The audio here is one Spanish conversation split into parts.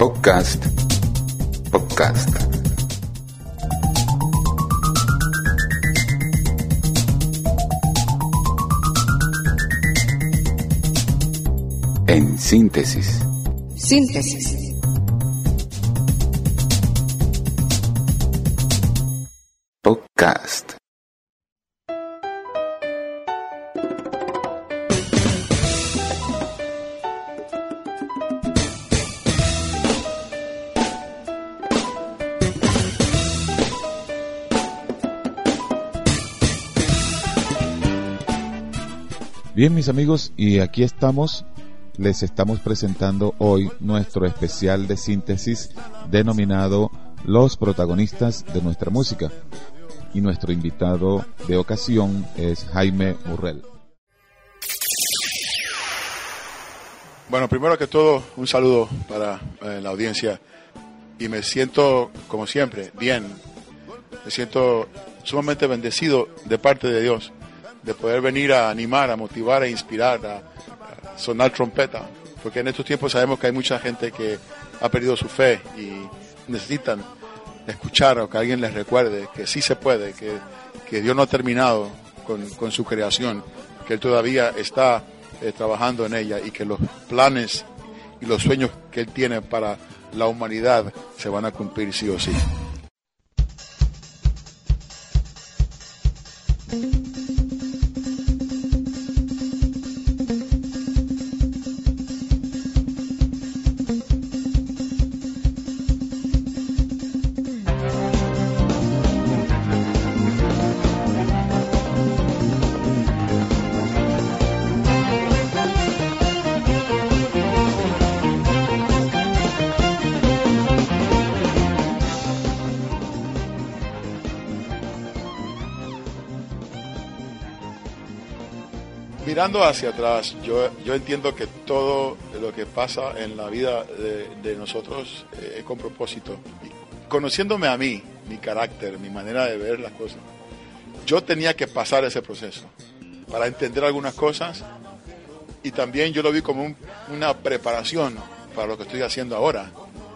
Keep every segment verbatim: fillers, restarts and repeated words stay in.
Podcast. Podcast. En síntesis. Síntesis. Podcast. Bien, mis amigos, y aquí estamos, les estamos presentando hoy nuestro especial de síntesis denominado Los protagonistas de nuestra música. Y nuestro invitado de ocasión es Jaime Murrell. Bueno, primero que todo, un saludo para eh, la audiencia. Y me siento, como siempre, bien. Me siento sumamente bendecido de parte de Dios, de poder venir a animar, a motivar, a inspirar, a, a sonar trompeta. Porque en estos tiempos sabemos que hay mucha gente que ha perdido su fe y necesitan escuchar o que alguien les recuerde que sí se puede, que, que Dios no ha terminado con, con su creación, que Él todavía está eh, trabajando en ella y que los planes y los sueños que Él tiene para la humanidad se van a cumplir sí o sí. Mirando hacia atrás, yo, yo entiendo que todo lo que pasa en la vida de, de nosotros eh, es con propósito. Y conociéndome a mí, mi carácter, mi manera de ver las cosas, yo tenía que pasar ese proceso para entender algunas cosas y también yo lo vi como un, una preparación para lo que estoy haciendo ahora.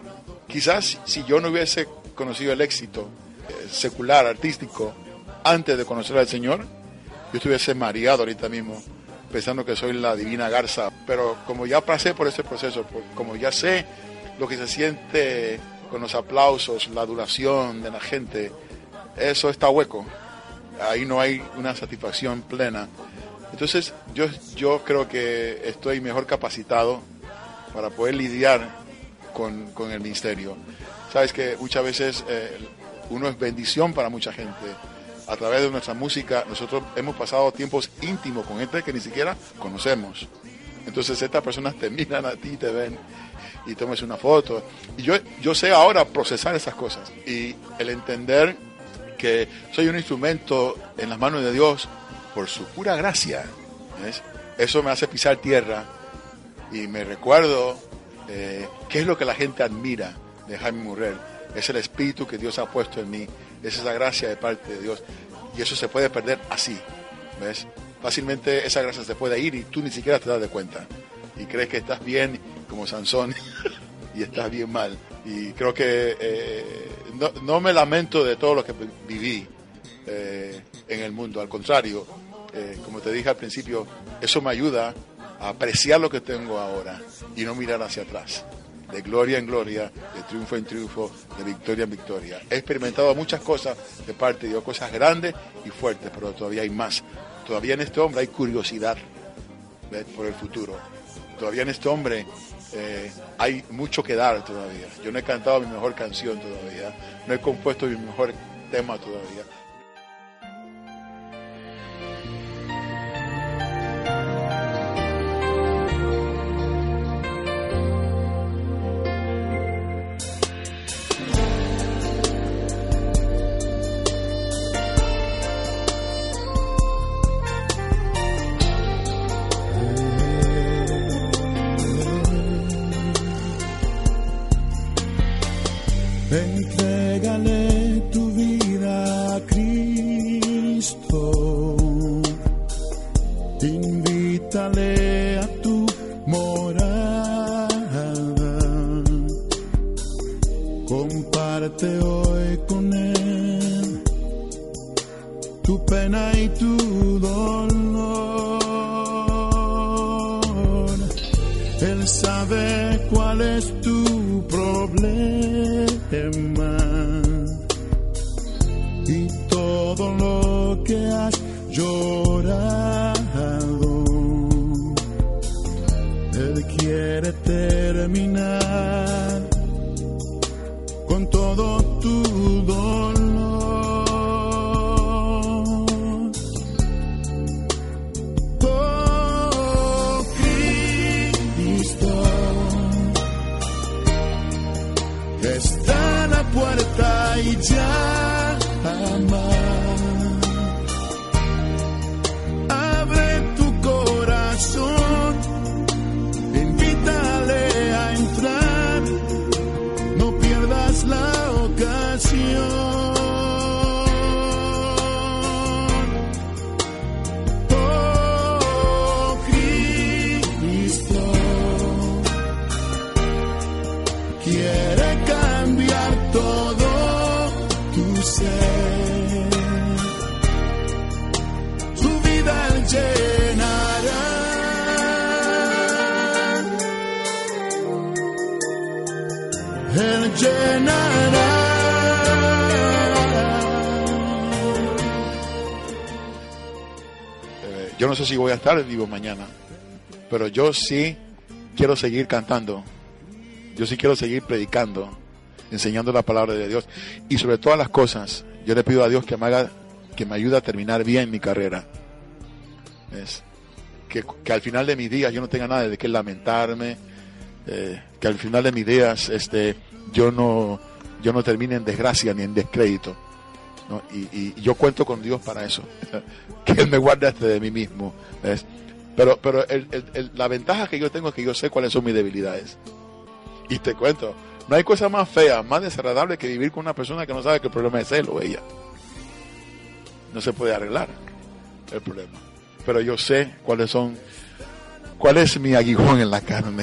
Quizás si yo no hubiese conocido el éxito eh, secular, artístico, antes de conocer al Señor, yo estuviese mareado ahorita mismo, pensando que soy la divina garza, pero como ya pasé por ese proceso, como ya sé lo que se siente con los aplausos, la adulación de la gente, eso está hueco, ahí no hay una satisfacción plena. Entonces yo, yo creo que estoy mejor capacitado para poder lidiar con, con el ministerio. Sabes que muchas veces eh, uno es bendición para mucha gente. A través de nuestra música, nosotros hemos pasado tiempos íntimos con gente que ni siquiera conocemos. Entonces estas personas te miran a ti, te ven y tomas una foto. Y yo, yo sé ahora procesar esas cosas. Y el entender que soy un instrumento en las manos de Dios por su pura gracia, ¿ves? Eso me hace pisar tierra y me recuerdo eh, qué es lo que la gente admira de Jaime Murrell. Es el espíritu que Dios ha puesto en mí. Es esa gracia de parte de Dios. Y eso se puede perder así, ¿ves? Fácilmente esa gracia se puede ir y tú ni siquiera te das de cuenta. Y crees que estás bien como Sansón y estás bien mal. Y creo que eh, no, no me lamento de todo lo que viví eh, en el mundo. Al contrario, eh, como te dije al principio, eso me ayuda a apreciar lo que tengo ahora y no mirar hacia atrás. De gloria en gloria, de triunfo en triunfo, de victoria en victoria. He experimentado muchas cosas de parte de Dios, cosas grandes y fuertes, pero todavía hay más. Todavía en este hombre hay curiosidad, ¿ves? Por el futuro. Todavía en este hombre eh, hay mucho que dar todavía. Yo no he cantado mi mejor canción todavía, no he compuesto mi mejor tema todavía. Entrégale tu vida a Cristo, invítale a tu morada, comparte hoy con Él tu pena y tu dolor. Él sabe cuál es tu problema y todo lo que has llorado. Él quiere terminar con todo tu dolor. Oh, Cristo está a la puerta y llama. Abre tu corazón, invítale a entrar, no pierdas la ocasión. Oh, Cristo quiere cambiar todo tu ser, tu vida Él llenará. Él llenará. Eh, yo no sé si voy a estar vivo mañana, pero yo sí quiero seguir cantando. Yo sí quiero seguir predicando, enseñando la palabra de Dios. Y sobre todas las cosas, yo le pido a Dios que me haga, que me ayude a terminar bien mi carrera. Es, que, que al final de mis días yo no tenga nada de qué lamentarme. Eh, que al final de mis días este, yo no yo no termine en desgracia ni en descrédito, ¿no? Y, y, y yo cuento con Dios para eso. Que Él me guarde hasta de mí mismo, ¿ves? Pero, pero el, el, el, la ventaja que yo tengo es que yo sé cuáles son mis debilidades. Y te cuento, no hay cosa más fea, más desagradable que vivir con una persona que no sabe que el problema es él o ella. No se puede arreglar el problema. Pero yo sé cuáles son, cuál es mi aguijón en la carne.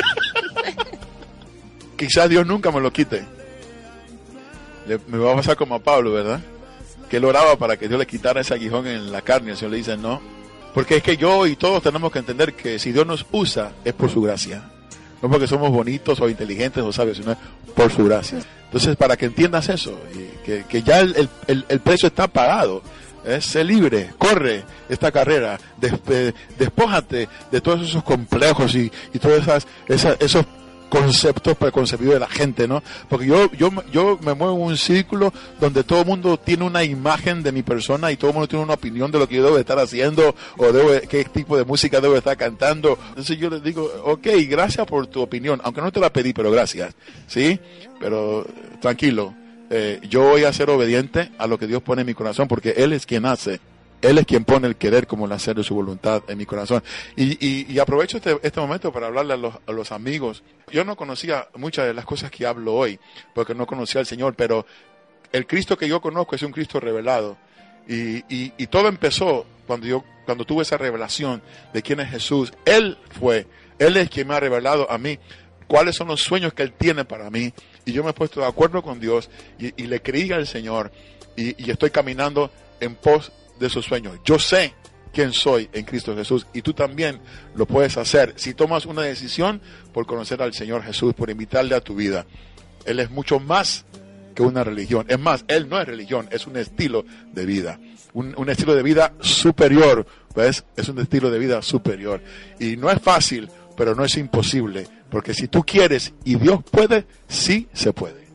Quizás Dios nunca me lo quite. Le, me va a pasar como a Pablo, ¿verdad? Que él oraba para que Dios le quitara ese aguijón en la carne. El Señor le dice no. Porque es que yo y todos tenemos que entender que si Dios nos usa es por su gracia. No porque somos bonitos o inteligentes o sabios, sino por su gracia. Entonces, para que entiendas eso, y que, que ya el, el, el precio está pagado. ¿eh? Sé libre, corre esta carrera, des, eh, despójate de todos esos complejos y, y todos esas, esas, esos conceptos preconcebidos de la gente, ¿no? Porque yo, yo, yo me muevo en un círculo donde todo el mundo tiene una imagen de mi persona y todo el mundo tiene una opinión de lo que yo debo estar haciendo o debo, qué tipo de música debo estar cantando. Entonces yo les digo, ok, gracias por tu opinión, aunque no te la pedí, pero gracias, ¿sí? Pero tranquilo, eh, yo voy a ser obediente a lo que Dios pone en mi corazón porque Él es quien hace. Él es quien pone el querer como el hacer de su voluntad en mi corazón. Y, y, y aprovecho este, este momento para hablarle a los, a los amigos. Yo no conocía muchas de las cosas que hablo hoy, porque no conocía al Señor, pero el Cristo que yo conozco es un Cristo revelado. Y, y, y todo empezó cuando yo cuando tuve esa revelación de quién es Jesús. Él fue, Él es quien me ha revelado a mí cuáles son los sueños que Él tiene para mí. Y yo me he puesto de acuerdo con Dios y, y le creí al Señor. Y, y estoy caminando en pos de sus sueños. Yo sé quién soy en Cristo Jesús y tú también lo puedes hacer si tomas una decisión por conocer al Señor Jesús, por invitarle a tu vida. Él es mucho más que una religión. Es más, Él no es religión, es un estilo de vida. Un, un estilo de vida superior, ¿ves? Es un estilo de vida superior. Y no es fácil, pero no es imposible, porque si tú quieres y Dios puede, sí se puede.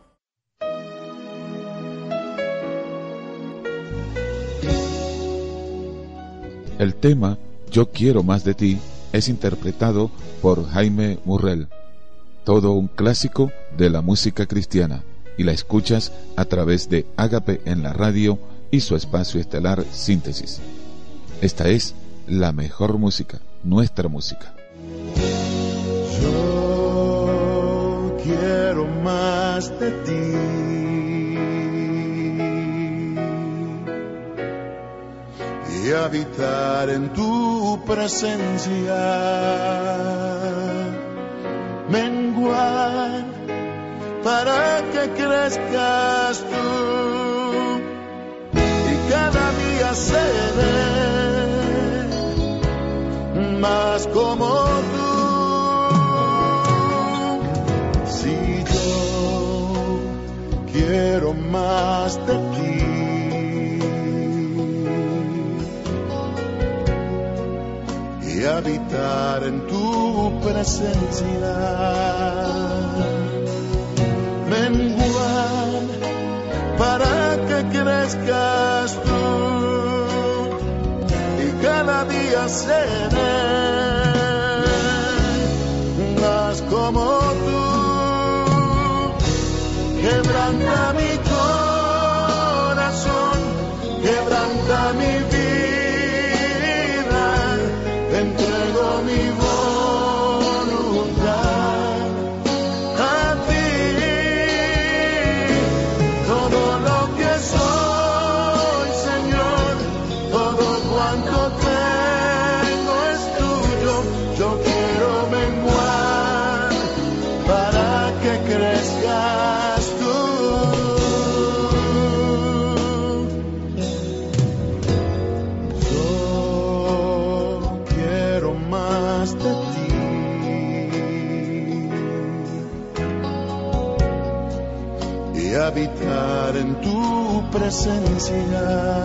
El tema Yo quiero más de ti es interpretado por Jaime Murrell, todo un clásico de la música cristiana, y la escuchas a través de Ágape en la radio y su espacio estelar Síntesis. Esta es la mejor música, nuestra música. Yo quiero más de ti. Y habitar en tu presencia, menguar para que crezcas tú y cada día seré más como tú. Si yo quiero más de ti, y habitar en tu presencia, menguar para que crezcas tú y cada día seré más como tú. Quebranta mi corazón, quebranta mi vida, te entrego mi voluntad a ti. Todo lo que soy, Señor, todo cuanto tengo es tuyo. Yo quiero menguar para que crezcas tú. Yo quiero más de ti, y habitar en tu presencia,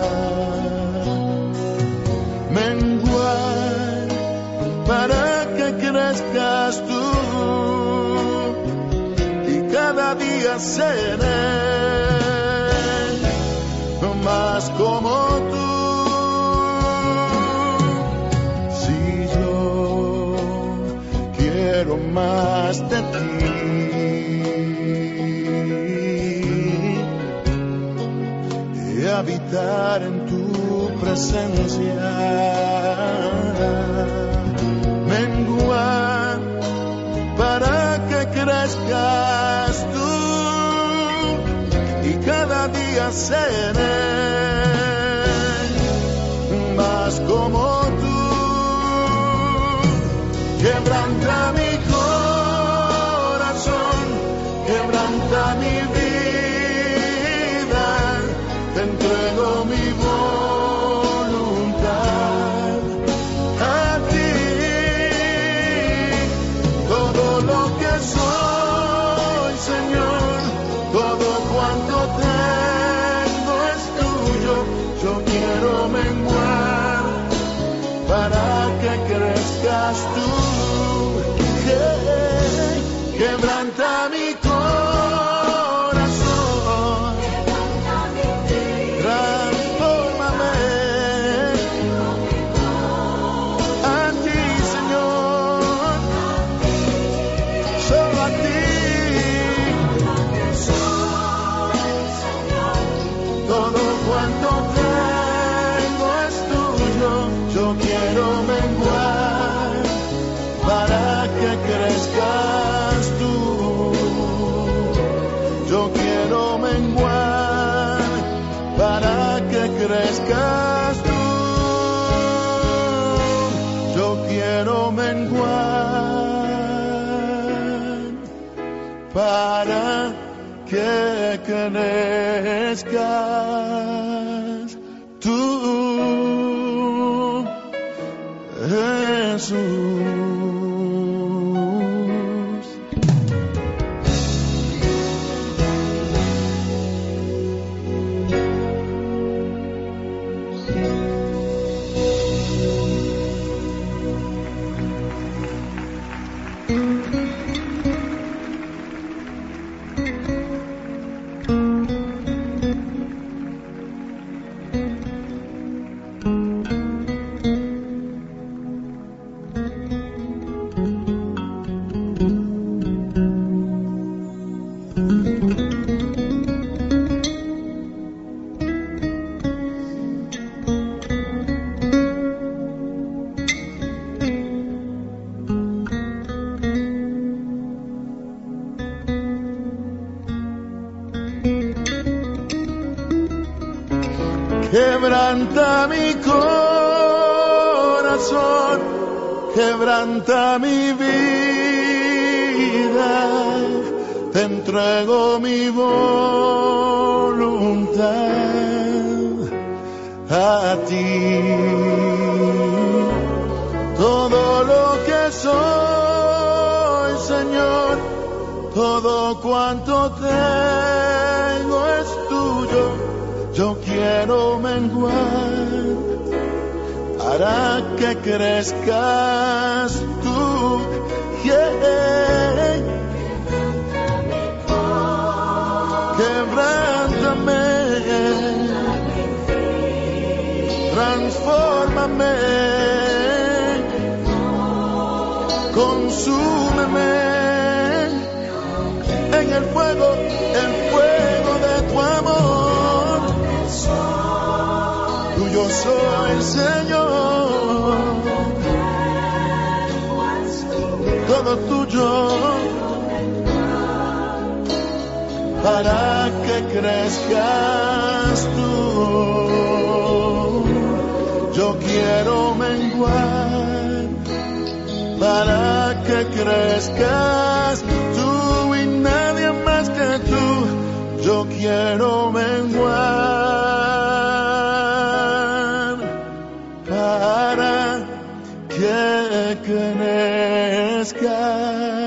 menguar para que crezcas tú y cada día seré más como tú. Si yo quiero más de ti, y habitar en tu presencia, menguar para que crezcas tú y cada día seré más como tú. Quebranta mi corazón, quebranta mi vida, te entrego mi voluntad a ti. Todo lo que soy, Señor, todo cuanto tengo es tuyo. Yo quiero menguar para que crezcas tú. Yeah. Quebranta mi corazón, transfórmame a ti, Señor, solo a ti. Todo cuanto tengo es tuyo. Yo quiero menguar para que crezcas tú. Yo quiero menguar para que crezcas tú. Yo quiero menguar para que crezcas tú, Jesús. Quebranta mi corazón, quebranta mi vida, te entrego mi voluntad a ti. Todo lo que soy, Señor, todo cuanto tengo es tuyo. Yo quiero menguar para que crezcas tú. Yeah. Quebrántame, transfórmame, consúmeme en el fuego, el fuego de tu amor. Tuyo soy, Señor, todo tuyo, para que crezcas tú. Yo quiero menguar para que crezcas tú y nadie más que tú. Yo quiero menguar para que crezcas.